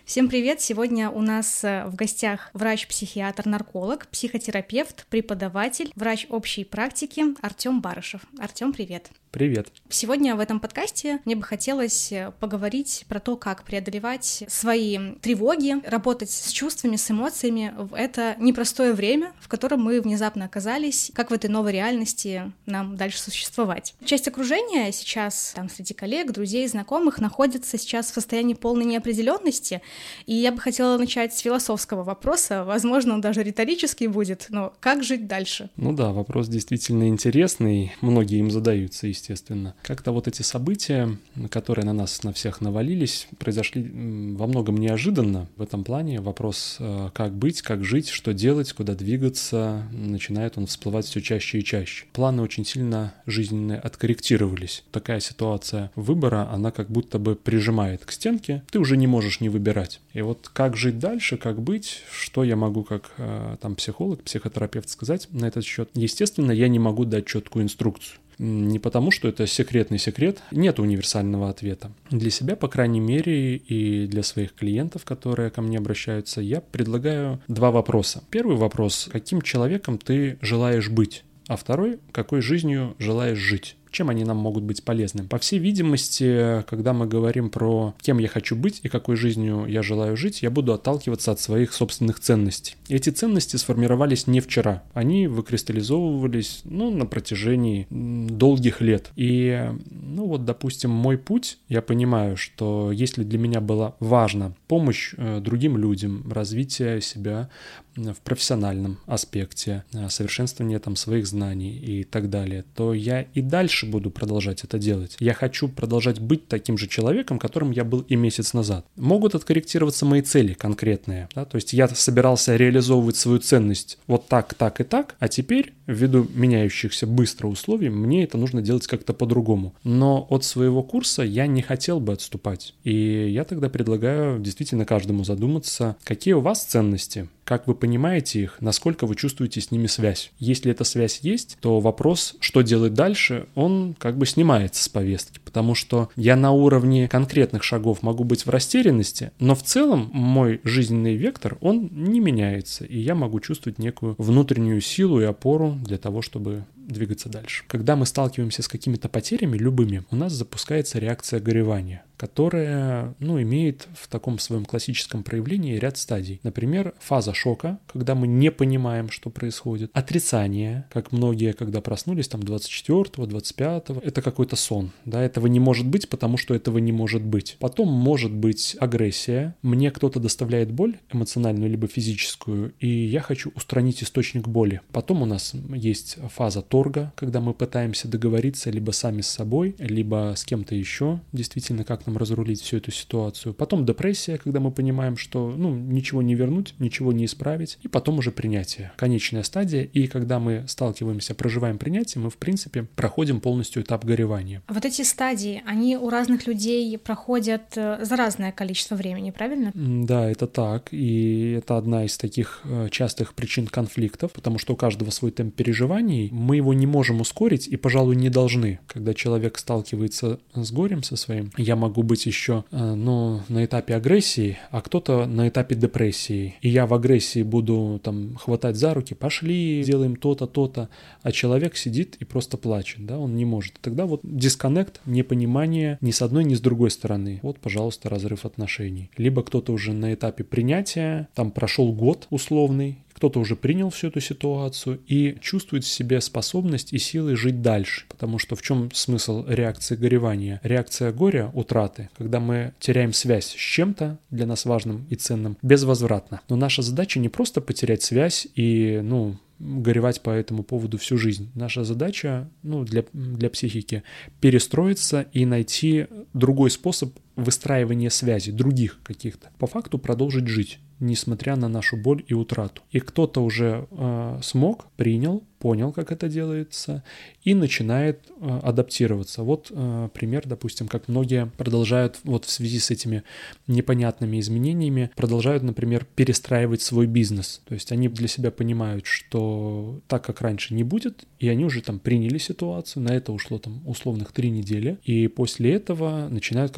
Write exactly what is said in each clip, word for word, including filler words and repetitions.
Всем привет! Сегодня у нас в гостях врач-психиатр-нарколог, психотерапевт, преподаватель, врач общей практики Артём Барышев. Артём, привет! Привет! Сегодня в этом подкасте мне бы хотелось поговорить про то, как преодолевать свои тревоги, работать с чувствами, с эмоциями в это непростое время, в котором мы внезапно оказались, как в этой новой реальности нам дальше существовать. Часть окружения сейчас, там, среди коллег, друзей, знакомых, находится сейчас в состоянии полной неопределенности, и я бы хотела начать с философского вопроса, возможно, он даже риторический будет, но как жить дальше? Ну да, вопрос действительно интересный, многие им задаются, естественно. Как-то вот эти события, которые на нас, на всех навалились, произошли во многом неожиданно. В этом плане вопрос, как быть, как жить, что делать, куда двигаться, начинает он всплывать все чаще и чаще. Планы очень сильно жизненные откорректировались. Такая ситуация выбора, она как будто бы прижимает к стенке, ты уже не можешь не выбирать. И вот как жить дальше, как быть, что я могу как там психолог, психотерапевт сказать на этот счет? Естественно, я не могу дать четкую инструкцию. Не потому, что это секретный секрет, нет универсального ответа. Для себя, по крайней мере, и для своих клиентов, которые ко мне обращаются, я предлагаю два вопроса. Первый вопрос: каким человеком ты желаешь быть? А второй: какой жизнью желаешь жить? Чем они нам могут быть полезны? По всей видимости, когда мы говорим про кем я хочу быть и какой жизнью я желаю жить, я буду отталкиваться от своих собственных ценностей. Эти ценности сформировались не вчера. Они выкристаллизовывались, ну, на протяжении долгих лет. И, ну вот, допустим, мой путь, я понимаю, что если для меня была важна помощь другим людям, развитие себя в профессиональном аспекте, совершенствование там своих знаний и так далее, то я и дальше буду продолжать это делать. Я хочу продолжать быть таким же человеком, которым я был и месяц назад. Могут откорректироваться мои цели конкретные. Да? То есть я собирался реализовывать свою ценность вот так, так и так, а теперь, ввиду меняющихся быстро условий, мне это нужно делать как-то по-другому. Но от своего курса я не хотел бы отступать. И я тогда предлагаю действительно каждому задуматься, какие у вас ценности, как вы понимаете их, насколько вы чувствуете с ними связь. Если эта связь есть, то вопрос, что делать дальше, он как бы снимается с повестки, потому что я на уровне конкретных шагов могу быть в растерянности, но в целом мой жизненный вектор, он не меняется, и я могу чувствовать некую внутреннюю силу и опору для того, чтобы двигаться дальше. Когда мы сталкиваемся с какими-то потерями, любыми, у нас запускается реакция горевания, которая, ну, имеет в таком своем классическом проявлении ряд стадий. Например, фаза шока, когда мы не понимаем, что происходит. Отрицание, как многие, когда проснулись там двадцать четвёртого, двадцать пятого, это какой-то сон, да, этого не может быть, потому что этого не может быть. Потом может быть агрессия, мне кто-то доставляет боль, эмоциональную либо физическую, и я хочу устранить источник боли. Потом у нас есть фаза торга, когда мы пытаемся договориться либо сами с собой, либо с кем-то еще, действительно, как нам разрулить всю эту ситуацию. Потом депрессия, когда мы понимаем, что, ну, ничего не вернуть, ничего не исправить. И потом уже принятие. Конечная стадия. И когда мы сталкиваемся, проживаем принятие, мы, в принципе, проходим полностью этап горевания. Вот эти стадии, они у разных людей проходят за разное количество времени, правильно? Да, это так. И это одна из таких частых причин конфликтов, потому что у каждого свой темп переживаний. Мы его не можем ускорить и, пожалуй, не должны. Когда человек сталкивается с горем со своим, я могу быть еще, ну, на этапе агрессии, а кто-то на этапе депрессии. И я в агрессии буду там хватать за руки, пошли, делаем то-то, то-то, а человек сидит и просто плачет, да, он не может. Тогда вот дисконнект, непонимание ни с одной, ни с другой стороны. Вот, пожалуйста, разрыв отношений. Либо кто-то уже на этапе принятия, там прошел год условный, кто-то уже принял всю эту ситуацию и чувствует в себе способность и силы жить дальше. Потому что в чем смысл реакции горевания? Реакция горя, утраты, когда мы теряем связь с чем-то для нас важным и ценным, безвозвратно. Но наша задача не просто потерять связь и, ну, горевать по этому поводу всю жизнь. Наша задача, ну, для, для психики перестроиться и найти другой способ выстраивания связи, других каких-то. По факту продолжить жить, несмотря на нашу боль и утрату. И кто-то уже э, смог, принял, понял, как это делается, и начинает э, адаптироваться. Вот э, пример, допустим, как многие продолжают вот в связи с этими непонятными изменениями, продолжают, например, перестраивать свой бизнес. То есть они для себя понимают, что так, как раньше, не будет, и они уже там приняли ситуацию, на это ушло там условных три недели, и после этого начинают как-то жить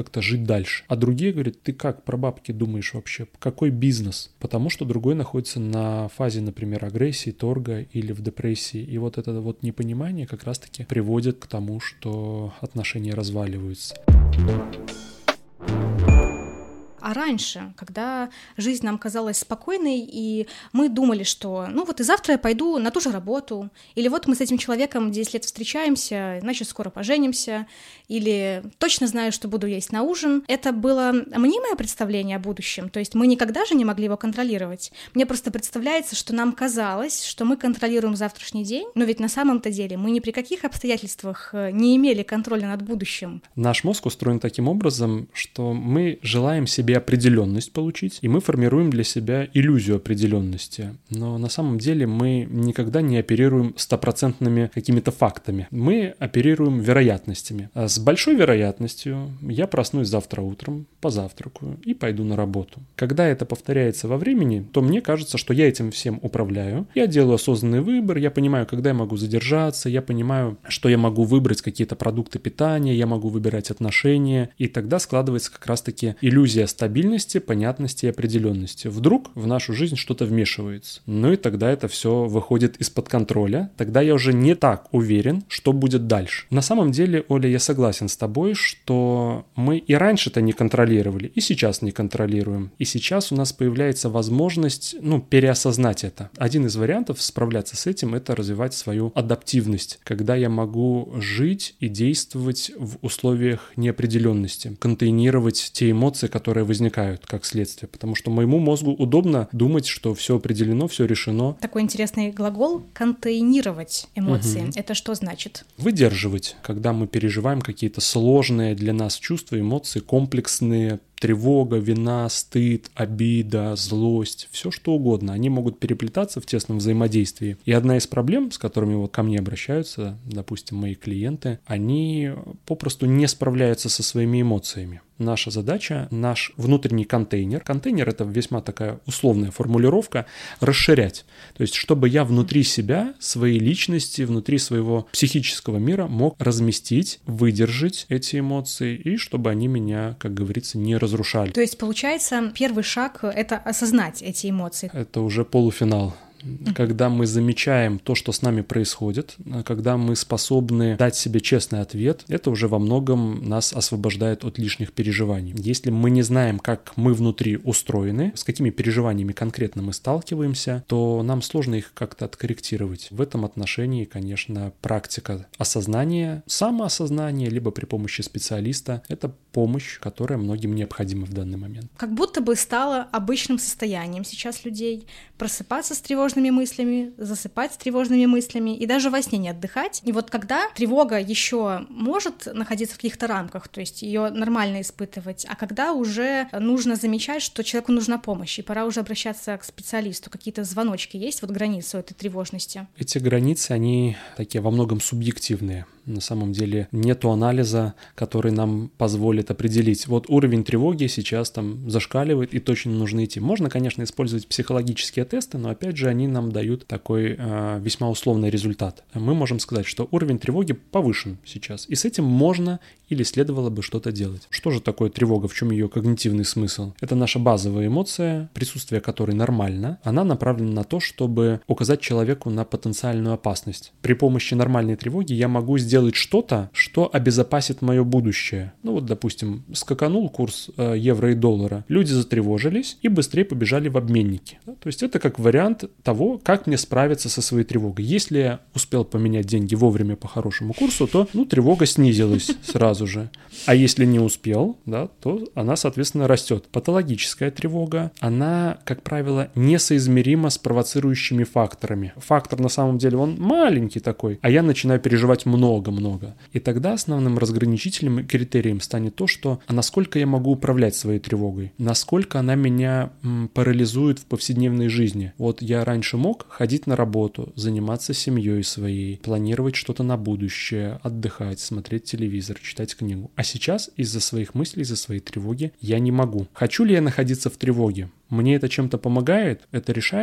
дальше. А другие говорят, ты как про бабки думаешь вообще? Какой бизнес? Потому что другой находится на фазе, например, агрессии, торга или в депрессии. И вот это вот непонимание как раз-таки приводит к тому, что отношения разваливаются. А раньше, когда жизнь нам казалась спокойной, и мы думали, что ну вот и завтра я пойду на ту же работу, или вот мы с этим человеком десять лет встречаемся, значит, скоро поженимся, или точно знаю, что буду есть на ужин. Это было мнимое представление о будущем, то есть мы никогда же не могли его контролировать. Мне просто представляется, что нам казалось, что мы контролируем завтрашний день, но ведь на самом-то деле мы ни при каких обстоятельствах не имели контроля над будущим. Наш мозг устроен таким образом, что мы желаем себе определенность получить, и мы формируем для себя иллюзию определенности. Но на самом деле мы никогда не оперируем стопроцентными какими-то фактами. Мы оперируем вероятностями. А с большой вероятностью я проснусь завтра утром, позавтракаю и пойду на работу. Когда это повторяется во времени, то мне кажется, что я этим всем управляю. Я делаю осознанный выбор, я понимаю, когда я могу задержаться, я понимаю, что я могу выбрать какие-то продукты питания, я могу выбирать отношения, и тогда складывается как раз-таки иллюзия стабильности, понятности и определенности. Вдруг в нашу жизнь что-то вмешивается. Ну и тогда это все выходит из-под контроля. Тогда я уже не так уверен, что будет дальше. На самом деле, Оля, я согласен с тобой, что мы и раньше-то не контролировали, и сейчас не контролируем. И сейчас у нас появляется возможность, ну, переосознать это. Один из вариантов справляться с этим — это развивать свою адаптивность, когда я могу жить и действовать в условиях неопределенности, контейнировать те эмоции, которые возникают как следствие, потому что моему мозгу удобно думать, что все определено, все решено. Такой интересный глагол — контейнировать эмоции. Угу. Это что значит? Выдерживать, когда мы переживаем какие-то сложные для нас чувства, эмоции, комплексные, тревога, вина, стыд, обида, злость, все что угодно. Они могут переплетаться в тесном взаимодействии. И одна из проблем, с которыми вот ко мне обращаются, допустим, мои клиенты, они попросту не справляются со своими эмоциями. Наша задача, наш внутренний контейнер, контейнер — это весьма такая условная формулировка, расширять. То есть, чтобы я внутри себя, своей личности, внутри своего психического мира мог разместить, выдержать эти эмоции, и чтобы они меня, как говорится, не разрушали. То есть, получается, первый шаг — это осознать эти эмоции. Это уже полуфинал. Когда мы замечаем то, что с нами происходит, когда мы способны дать себе честный ответ, это уже во многом нас освобождает от лишних переживаний. Если мы не знаем, как мы внутри устроены, с какими переживаниями конкретно мы сталкиваемся, то нам сложно их как-то откорректировать. В этом отношении, конечно, практика осознания, самоосознания, либо при помощи специалиста — это помощь, которая многим необходима в данный момент. Как будто бы стало обычным состоянием сейчас людей просыпаться с тревожными мыслями, засыпать с тревожными мыслями и даже во сне не отдыхать. И вот когда тревога еще может находиться в каких-то рамках, то есть ее нормально испытывать, а когда уже нужно замечать, что человеку нужна помощь, и пора уже обращаться к специалисту, какие-то звоночки есть, вот границы этой тревожности? Эти границы, они такие во многом субъективные. На самом деле нету анализа, который нам позволит определить. Вот уровень тревоги сейчас там зашкаливает и точно нужно идти. Можно, конечно, использовать психологические тесты, но опять же они нам дают такой э, весьма условный результат. Мы можем сказать, что уровень тревоги повышен сейчас, и с этим можно или следовало бы что-то делать. Что же такое тревога, в чем ее когнитивный смысл? Это наша базовая эмоция, присутствие которой нормально. Она направлена на то, чтобы указать человеку на потенциальную опасность. При помощи нормальной тревоги я могу сделать сделать что-то, что обезопасит мое будущее. Ну вот, допустим, скаканул курс э, евро и доллара, люди затревожились и быстрее побежали в обменники. Да? То есть это как вариант того, как мне справиться со своей тревогой. Если я успел поменять деньги вовремя по хорошему курсу, то ну, тревога снизилась сразу же. А если не успел, да, то она, соответственно, растет. Патологическая тревога, она, как правило, несоизмерима с провоцирующими факторами. Фактор на самом деле, он маленький такой, а я начинаю переживать много. много. И тогда основным разграничительным и критерием станет то, что а насколько я могу управлять своей тревогой, насколько она меня м, парализует в повседневной жизни. Вот я раньше мог ходить на работу, заниматься семьей своей, планировать что-то на будущее, отдыхать, смотреть телевизор, читать книгу. А сейчас из-за своих мыслей, из-за своей тревоги я не могу. Хочу ли я находиться в тревоге? Мне это чем-то помогает? Это решает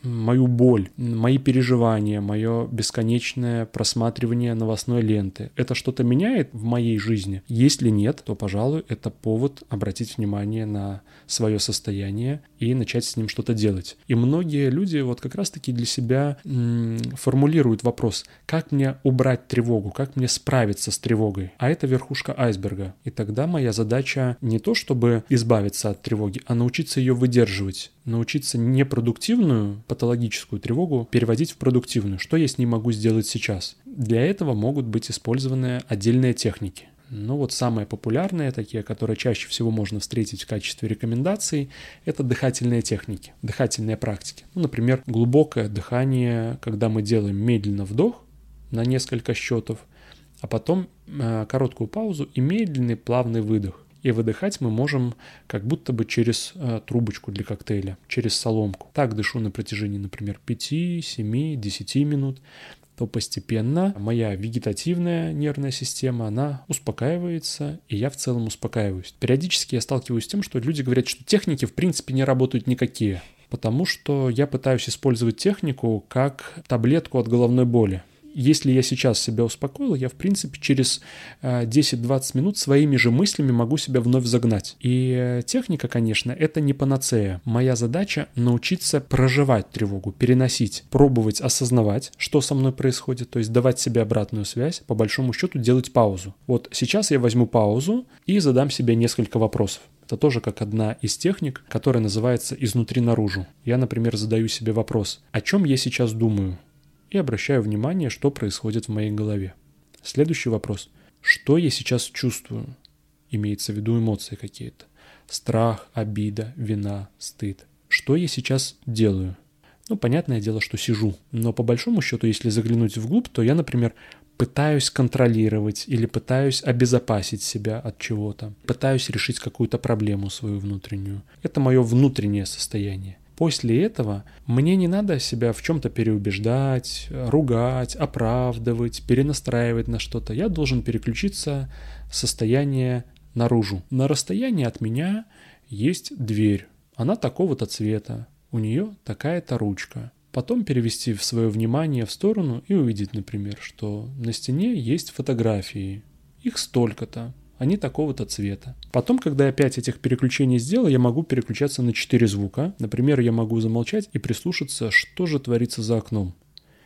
мою боль, мои переживания, мое бесконечное просматривание новостной ленты, это что-то меняет в моей жизни? Если нет, то, пожалуй, это повод обратить внимание на свое состояние и начать с ним что-то делать. И многие люди вот как раз-таки для себя м- формулируют вопрос, как мне убрать тревогу, как мне справиться с тревогой. А это верхушка айсберга. И тогда моя задача не то, чтобы избавиться от тревоги, а научиться ее выдерживать, научиться непродуктивную патологическую тревогу переводить в продуктивную. Что я с ней могу сделать сейчас? Для этого могут быть использованы отдельные техники. Ну вот самые популярные, такие, которые чаще всего можно встретить в качестве рекомендаций, это дыхательные техники, дыхательные практики. Ну, например, глубокое дыхание, когда мы делаем медленно вдох на несколько счетов, а потом э, короткую паузу и медленный плавный выдох. И выдыхать мы можем как будто бы через э, трубочку для коктейля, через соломку. Так дышу на протяжении, например, пять, семь, десять минут. То постепенно моя вегетативная нервная система, она успокаивается, и я в целом успокаиваюсь. Периодически я сталкиваюсь с тем, что люди говорят, что техники в принципе не работают никакие, потому что я пытаюсь использовать технику как таблетку от головной боли. Если я сейчас себя успокоил, я, в принципе, через десять-двадцать минут своими же мыслями могу себя вновь загнать. И техника, конечно, это не панацея. Моя задача — научиться проживать тревогу, переносить, пробовать осознавать, что со мной происходит, то есть давать себе обратную связь, по большому счету делать паузу. Вот сейчас я возьму паузу и задам себе несколько вопросов. Это тоже как одна из техник, которая называется «изнутри наружу». Я, например, задаю себе вопрос: о чем я сейчас думаю? И обращаю внимание, что происходит в моей голове. Следующий вопрос. Что я сейчас чувствую? Имеется в виду эмоции какие-то. Страх, обида, вина, стыд. Что я сейчас делаю? Ну, понятное дело, что сижу. Но по большому счету, если заглянуть вглубь, то я, например, пытаюсь контролировать или пытаюсь обезопасить себя от чего-то. Пытаюсь решить какую-то проблему свою внутреннюю. Это мое внутреннее состояние. После этого мне не надо себя в чем-то переубеждать, ругать, оправдывать, перенастраивать на что-то. Я должен переключиться в состояние наружу. На расстоянии от меня есть дверь. Она такого-то цвета. У нее такая-то ручка. Потом перевести в свое внимание в сторону и увидеть, например, что на стене есть фотографии. Их столько-то. Они такого-то цвета. Потом, когда я пять этих переключений сделал, я могу переключаться на четыре звука. Например, я могу замолчать и прислушаться, что же творится за окном.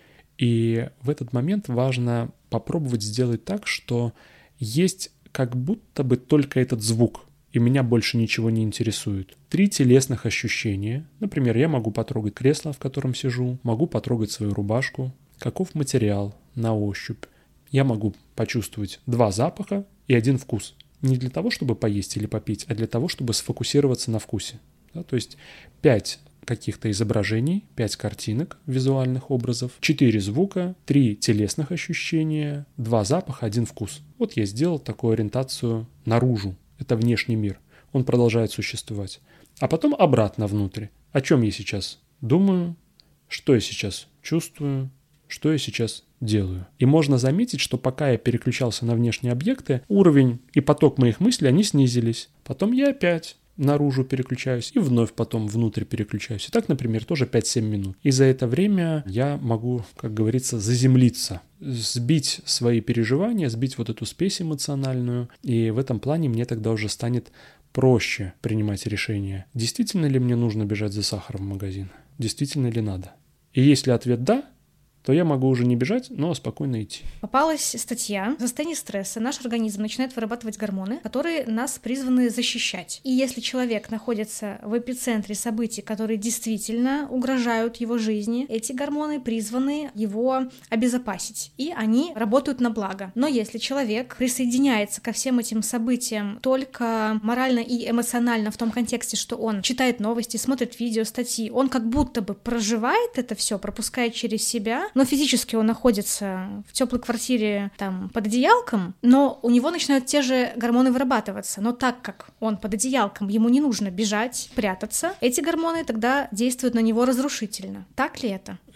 И в этот момент важно попробовать сделать так, что есть как будто бы только этот звук, и меня больше ничего не интересует. Три телесных ощущения. Например, я могу потрогать кресло, в котором сижу, могу потрогать свою рубашку, каков материал на ощупь. Я могу почувствовать два запаха и один вкус. Не для того, чтобы поесть или попить, а для того, чтобы сфокусироваться на вкусе. Да, то есть пять каких-то изображений, пять картинок, визуальных образов, четыре звука, три телесных ощущения, два запаха, один вкус. Вот я сделал такую ориентацию наружу. Это внешний мир. Он продолжает существовать. А потом обратно внутрь. О чем я сейчас думаю, что я сейчас чувствую, что я сейчас делаю. И можно заметить, что пока я переключался на внешние объекты, уровень и поток моих мыслей, они снизились. Потом я опять наружу переключаюсь и вновь потом внутрь переключаюсь. И так, например, тоже пять-семь минут. И за это время я могу, как говорится, заземлиться, сбить свои переживания, сбить вот эту спесь эмоциональную. И в этом плане мне тогда уже станет проще принимать решения. Действительно ли мне нужно бежать за сахаром в магазин? Действительно ли надо? И если ответ «да», то я могу уже не бежать, но спокойно идти. Попалась статья: в состоянии стресса наш организм начинает вырабатывать гормоны, которые нас призваны защищать. И если человек находится в эпицентре событий, которые действительно угрожают его жизни, эти гормоны призваны его обезопасить, и они работают на благо. Но если человек присоединяется ко всем этим событиям только морально и эмоционально в том контексте, что он читает новости, смотрит видео, статьи, он как будто бы проживает это все, пропускает через себя, но физически он находится в теплой квартире там под одеялком, но у него начинают те же гормоны вырабатываться. Но так как он под одеялком, ему не нужно бежать, прятаться, эти гормоны тогда действуют на него разрушительно. Так ли это?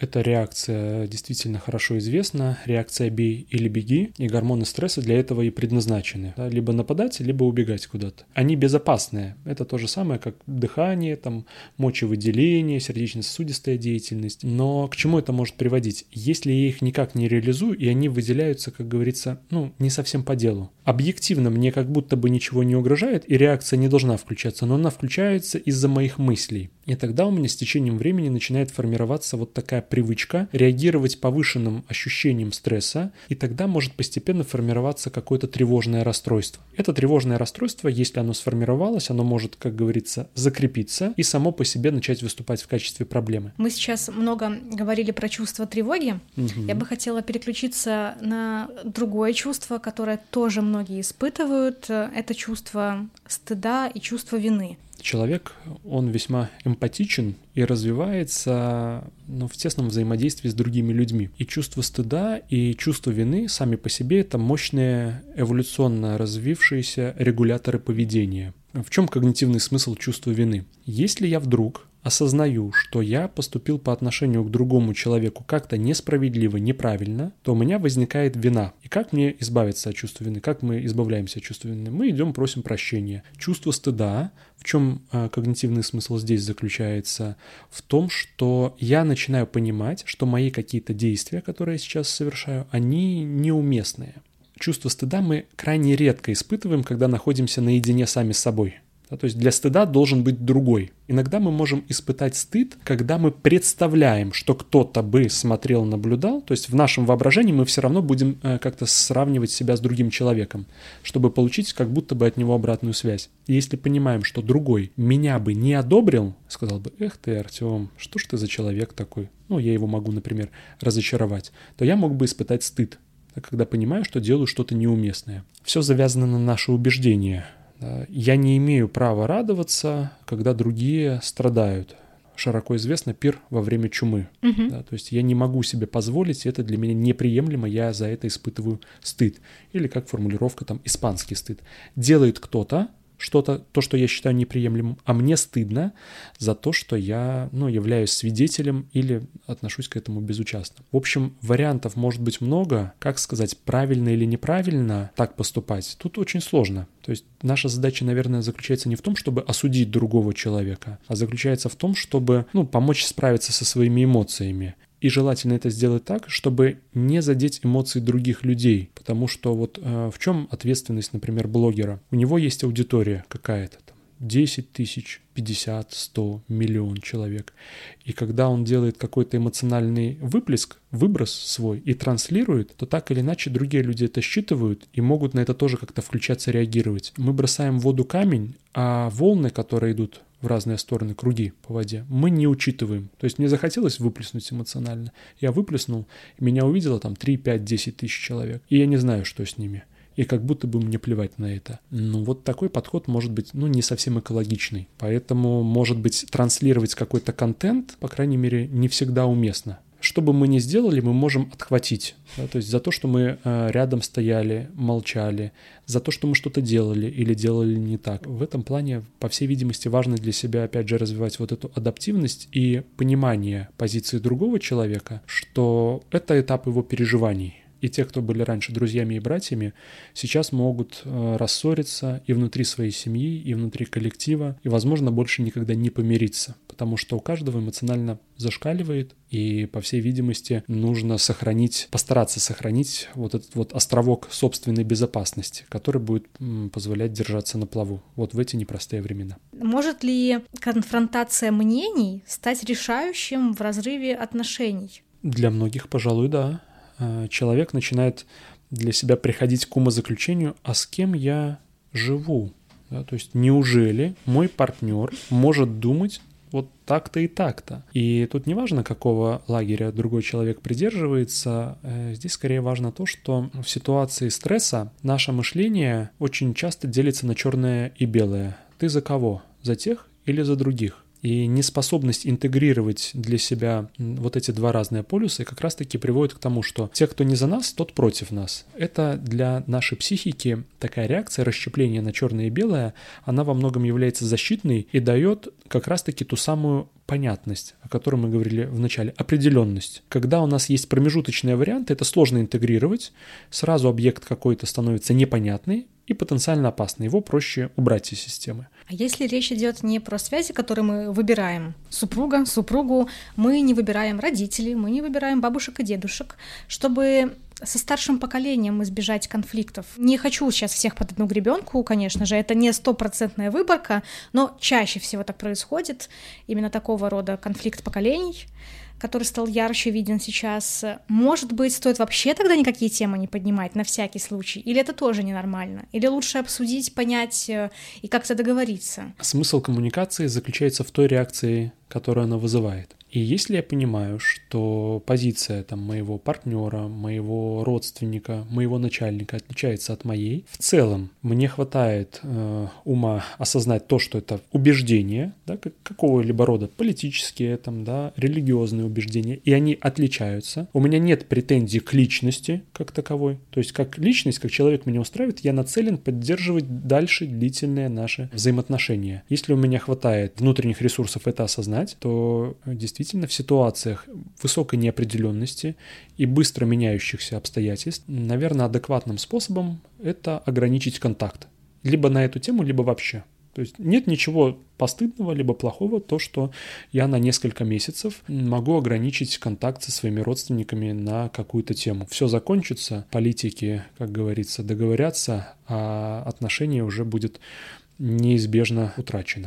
эта реакция действительно хорошо известна, реакция «бей или беги», и гормоны стресса для этого и предназначены. Да, либо нападать, либо убегать куда-то. Они безопасные. Это то же самое, как дыхание, там, мочевыделение, сердечно-сосудистая деятельность. Но к чему это может приводить? Если я их никак не реализую, и они выделяются, как говорится, ну, не совсем по делу. Объективно мне как будто бы ничего не угрожает, и реакция не должна включаться, но она включается из-за моих мыслей. И тогда у меня с течением времени начинает формироваться вот такая привычка реагировать повышенным ощущением стресса, и тогда может постепенно формироваться какое-то тревожное расстройство. Это тревожное расстройство, если оно сформировалось, оно может, как говорится, закрепиться и само по себе начать выступать в качестве проблемы. Мы сейчас много говорили про чувство тревоги. Угу. Я бы хотела переключиться на другое чувство, которое тоже многие испытывают. Это чувство стыда и чувство вины. Человек, он весьма эмпатичен и развивается, ну, в тесном взаимодействии с другими людьми. И чувство стыда и чувство вины сами по себе — это мощные эволюционно развившиеся регуляторы поведения. В чем когнитивный смысл чувства вины? Если я вдруг осознаю, что я поступил по отношению к другому человеку как-то несправедливо, неправильно, то у меня возникает вина. И как мне избавиться от чувства вины? Как мы избавляемся от чувства вины? Мы идем, просим прощения. Чувство стыда, в чем э, когнитивный смысл здесь заключается? В том, что я начинаю понимать, что мои какие-то действия, которые я сейчас совершаю, они неуместные. Чувство стыда мы крайне редко испытываем, когда находимся наедине сами с собой. Да, то есть для стыда должен быть другой. Иногда мы можем испытать стыд, когда мы представляем, что кто-то бы смотрел, наблюдал. То есть в нашем воображении мы все равно будем э, как-то сравнивать себя с другим человеком, чтобы получить как будто бы от него обратную связь. И если понимаем, что другой меня бы не одобрил, сказал бы: «Эх ты, Артем, что ж ты за человек такой?» Ну, я его могу, например, разочаровать. То я мог бы испытать стыд, когда понимаю, что делаю что-то неуместное. Все завязано на наши убеждения. Я не имею права радоваться, когда другие страдают. Широко известно пир во время чумы. Uh-huh. Да, то есть я не могу себе позволить, это для меня неприемлемо, я за это испытываю стыд. Или как формулировка там испанский стыд. Делает кто-то что-то, то, что я считаю неприемлемым, а мне стыдно за то, что я, ну, являюсь свидетелем или отношусь к этому безучастно. В общем, вариантов может быть много. Как сказать, правильно или неправильно так поступать, тут очень сложно. То есть наша задача, наверное, заключается не в том, чтобы осудить другого человека, а заключается в том, чтобы, ну, помочь справиться со своими эмоциями. И желательно это сделать так, чтобы не задеть эмоции других людей. Потому что вот э, в чем ответственность, например, блогера? У него есть аудитория какая-то, там, десять тысяч, пятьдесят, сто, миллион человек. И когда он делает какой-то эмоциональный выплеск, выброс свой и транслирует, то так или иначе другие люди это считывают и могут на это тоже как-то включаться, реагировать. Мы бросаем в воду камень, а волны, которые идут в разные стороны, круги по воде, мы не учитываем. То есть мне захотелось выплеснуть эмоционально. Я выплеснул, меня увидело там три, пять, десять тысяч человек. И я не знаю, что с ними. И как будто бы мне плевать на это. Ну вот такой подход может быть, ну, не совсем экологичный. Поэтому, может быть, транслировать какой-то контент, по крайней мере, не всегда уместно. Что бы мы ни сделали, мы можем отхватить. Да, то есть за то, что мы э, рядом стояли, молчали, за то, что мы что-то делали или делали не так. В этом плане, по всей видимости, важно для себя, опять же, развивать вот эту адаптивность и понимание позиции другого человека, что это этап его переживаний. И те, кто были раньше друзьями и братьями, сейчас могут э, рассориться и внутри своей семьи, и внутри коллектива, и, возможно, больше никогда не помириться, потому что у каждого эмоционально зашкаливает, и, по всей видимости, нужно сохранить, постараться сохранить вот этот вот островок собственной безопасности, который будет м, позволять держаться на плаву вот в эти непростые времена. Может ли конфронтация мнений стать решающим в разрыве отношений? Для многих, пожалуй, да. Человек начинает для себя приходить к умозаключению, а с кем я живу? Да, то есть неужели мой партнер может думать вот так-то и так-то? И тут не важно, какого лагеря другой человек придерживается, здесь скорее важно то, что в ситуации стресса наше мышление очень часто делится на черное и белое. Ты за кого? За тех или за других? И неспособность интегрировать для себя вот эти два разные полюса как раз-таки приводит к тому, что те, кто не за нас, тот против нас. Это для нашей психики такая реакция, расщепление на черное и белое, она во многом является защитной и дает как раз-таки ту самую понятность, о которой мы говорили в начале, определенность. Когда у нас есть промежуточные варианты, это сложно интегрировать, сразу объект какой-то становится непонятный и потенциально опасный, его проще убрать из системы. А если речь идет не про связи, которые мы выбираем, супруга, супругу, мы не выбираем родителей, мы не выбираем бабушек и дедушек, чтобы со старшим поколением избежать конфликтов. Не хочу сейчас всех под одну гребенку, конечно же, это не стопроцентная выборка, но чаще всего так происходит, именно такого рода конфликт поколений, который стал ярче виден сейчас. Может быть, стоит вообще тогда никакие темы не поднимать на всякий случай? Или это тоже ненормально? Или лучше обсудить, понять и как-то договориться? Смысл коммуникации заключается в той реакции, которую она вызывает. И если я понимаю, что позиция там, моего партнера, моего родственника, моего начальника отличается от моей, в целом мне хватает э, ума осознать то, что это убеждения, да, как, какого-либо рода политические, там, да, религиозные убеждения, и они отличаются. У меня нет претензий к личности как таковой. То есть как личность, как человек меня устраивает, я нацелен поддерживать дальше длительные наши взаимоотношения. Если у меня хватает внутренних ресурсов это осознать, то действительно Действительно, в ситуациях высокой неопределенности и быстро меняющихся обстоятельств, наверное, адекватным способом это ограничить контакт. Либо на эту тему, либо вообще. То есть нет ничего постыдного, либо плохого, то, что я на несколько месяцев могу ограничить контакт со своими родственниками на какую-то тему. Все закончится, политики, как говорится, договорятся, а отношение уже будет неизбежно утрачено.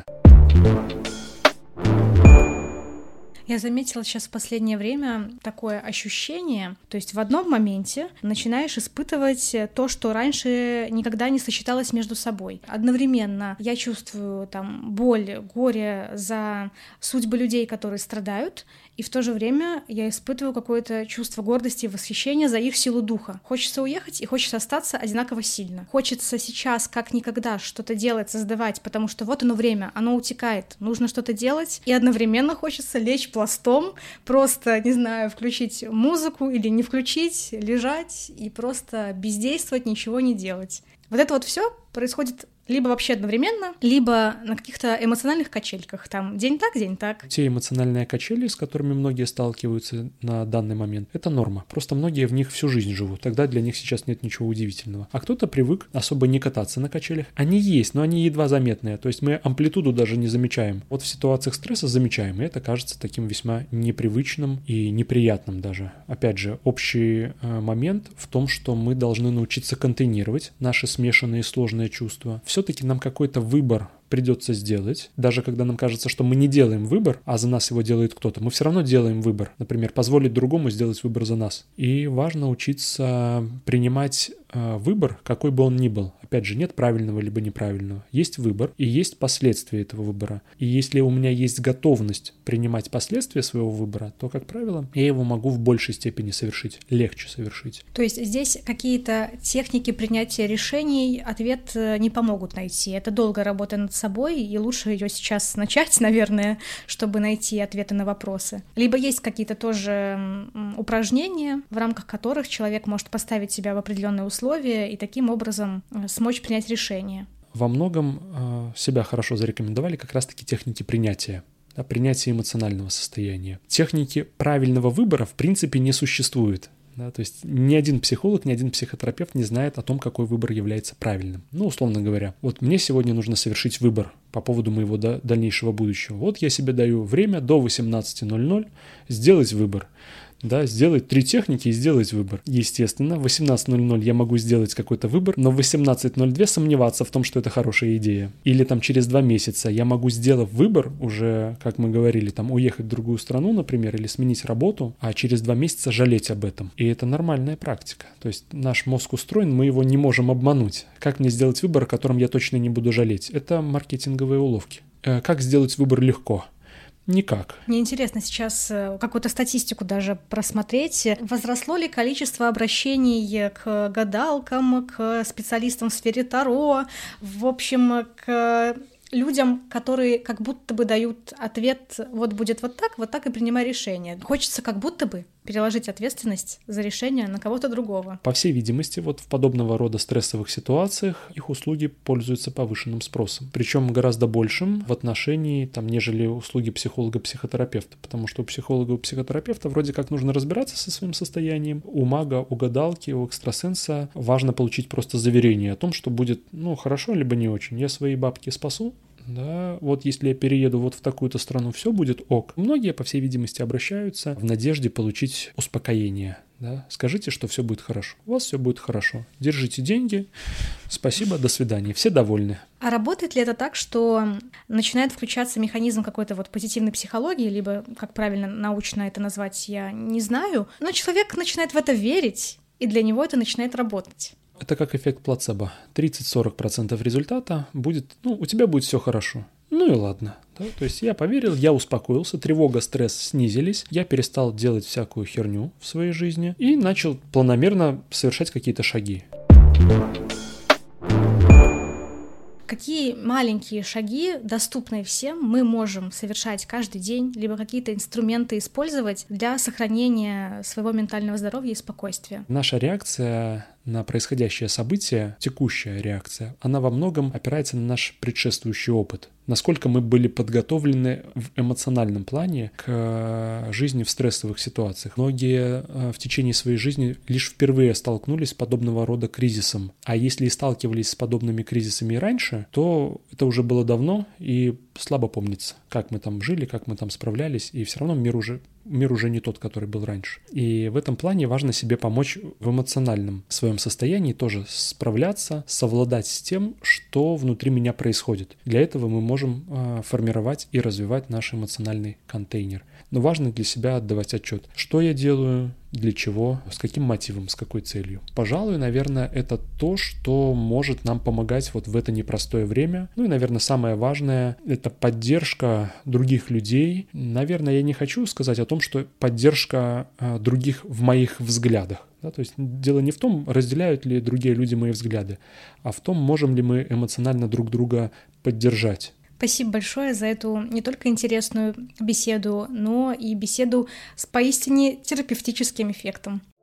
Я заметила сейчас в последнее время такое ощущение, то есть в одном моменте начинаешь испытывать то, что раньше никогда не сочеталось между собой. Одновременно я чувствую там боль, горе за судьбы людей, которые страдают, и в то же время я испытываю какое-то чувство гордости и восхищения за их силу духа. Хочется уехать и хочется остаться одинаково сильно. Хочется сейчас как никогда что-то делать, создавать, потому что вот оно время, оно утекает, нужно что-то делать, и одновременно хочется лечь пластом, просто, не знаю, включить музыку или не включить, лежать и просто бездействовать, ничего не делать. Вот это вот все происходит либо вообще одновременно, либо на каких-то эмоциональных качельках. Там день так, день так. Те эмоциональные качели, с которыми многие сталкиваются на данный момент, это норма. Просто многие в них всю жизнь живут. Тогда для них сейчас нет ничего удивительного. А кто-то привык особо не кататься на качелях. Они есть, но они едва заметные. То есть мы амплитуду даже не замечаем. Вот в ситуациях стресса замечаем. И это кажется таким весьма непривычным и неприятным даже. Опять же, общий э, момент в том, что мы должны научиться контейнировать наши смешанные сложные чувства. Все-таки нам какой-то выбор придется сделать, даже когда нам кажется, что мы не делаем выбор, а за нас его делает кто-то, мы все равно делаем выбор. Например, позволить другому сделать выбор за нас. И важно учиться принимать э, выбор, какой бы он ни был. Опять же, нет правильного либо неправильного. Есть выбор и есть последствия этого выбора. И если у меня есть готовность принимать последствия своего выбора, то, как правило, я его могу в большей степени совершить, легче совершить. То есть здесь какие-то техники принятия решений, ответ не помогут найти. Это долгая работа над собой, и лучше ее сейчас начать, наверное, чтобы найти ответы на вопросы. Либо есть какие-то тоже упражнения, в рамках которых человек может поставить себя в определенные условия и таким образом смочь принять решение. Во многом э, себя хорошо зарекомендовали как раз-таки техники принятия. Да, принятия эмоционального состояния. Техники правильного выбора в принципе не существует. Да, то есть ни один психолог, ни один психотерапевт не знает о том, какой выбор является правильным. Ну, условно говоря, вот мне сегодня нужно совершить выбор по поводу моего да, дальнейшего будущего. Вот я себе даю время до восемнадцати ноль-ноль сделать выбор. Да, сделать три техники и сделать выбор. Естественно, в восемнадцать ноль-ноль я могу сделать какой-то выбор, но в восемнадцать ноль два сомневаться в том, что это хорошая идея. Или там через два месяца я могу, сделав выбор, уже, как мы говорили, там уехать в другую страну, например, или сменить работу, а через два месяца жалеть об этом. И это нормальная практика. То есть наш мозг устроен, мы его не можем обмануть. Как мне сделать выбор, о котором я точно не буду жалеть? Это маркетинговые уловки. Как сделать выбор легко? Никак. Мне интересно сейчас какую-то статистику даже просмотреть. Возросло ли количество обращений к гадалкам, к специалистам в сфере Таро, в общем, к людям, которые как будто бы дают ответ, вот будет вот так, вот так и принимай решение. Хочется как будто бы, переложить ответственность за решение на кого-то другого. По всей видимости, вот в подобного рода стрессовых ситуациях их услуги пользуются повышенным спросом. Причем гораздо большим в отношении, там, нежели услуги психолога-психотерапевта. Потому что у психолога и у психотерапевта вроде как нужно разбираться со своим состоянием. У мага, у гадалки, у экстрасенса важно получить просто заверение о том, что будет, ну, хорошо, либо не очень. Я свои бабки спасу. Да, вот если я перееду вот в такую-то страну, все будет ок. Многие, по всей видимости, обращаются в надежде получить успокоение. Да? Скажите, что все будет хорошо. У вас все будет хорошо. Держите деньги. Спасибо, до свидания. Все довольны. А работает ли это так, что начинает включаться механизм какой-то вот позитивной психологии, либо, как правильно научно это назвать, я не знаю, но человек начинает в это верить, и для него это начинает работать? Это как эффект плацебо. тридцать-сорок процентов результата будет, ну, у тебя будет все хорошо. Ну и ладно. Да? То есть я поверил, я успокоился, тревога, стресс снизились, я перестал делать всякую херню в своей жизни и начал планомерно совершать какие-то шаги. Какие маленькие шаги, доступные всем, мы можем совершать каждый день, либо какие-то инструменты использовать для сохранения своего ментального здоровья и спокойствия? Наша реакция на происходящее событие, текущая реакция, она во многом опирается на наш предшествующий опыт. Насколько мы были подготовлены в эмоциональном плане к жизни в стрессовых ситуациях. Многие в течение своей жизни лишь впервые столкнулись с подобного рода кризисом. А если и сталкивались с подобными кризисами раньше, то это уже было давно и слабо помнится, как мы там жили, как мы там справлялись, и все равно мир уже мир уже не тот, который был раньше. И в этом плане важно себе помочь в эмоциональном своем состоянии тоже справляться, совладать с тем, что внутри меня происходит. Для этого мы можем э, формировать и развивать наш эмоциональный контейнер. Но важно для себя отдавать отчет, что я делаю, для чего, с каким мотивом, с какой целью. Пожалуй, наверное, это то, что может нам помогать вот в это непростое время. Ну и, наверное, самое важное — это поддержка других людей. Наверное, я не хочу сказать о том, что поддержка а, других в моих взглядах. Да? То есть дело не в том, разделяют ли другие люди мои взгляды, а в том, можем ли мы эмоционально друг друга поддержать. Спасибо большое за эту не только интересную беседу, но и беседу с поистине терапевтическим эффектом.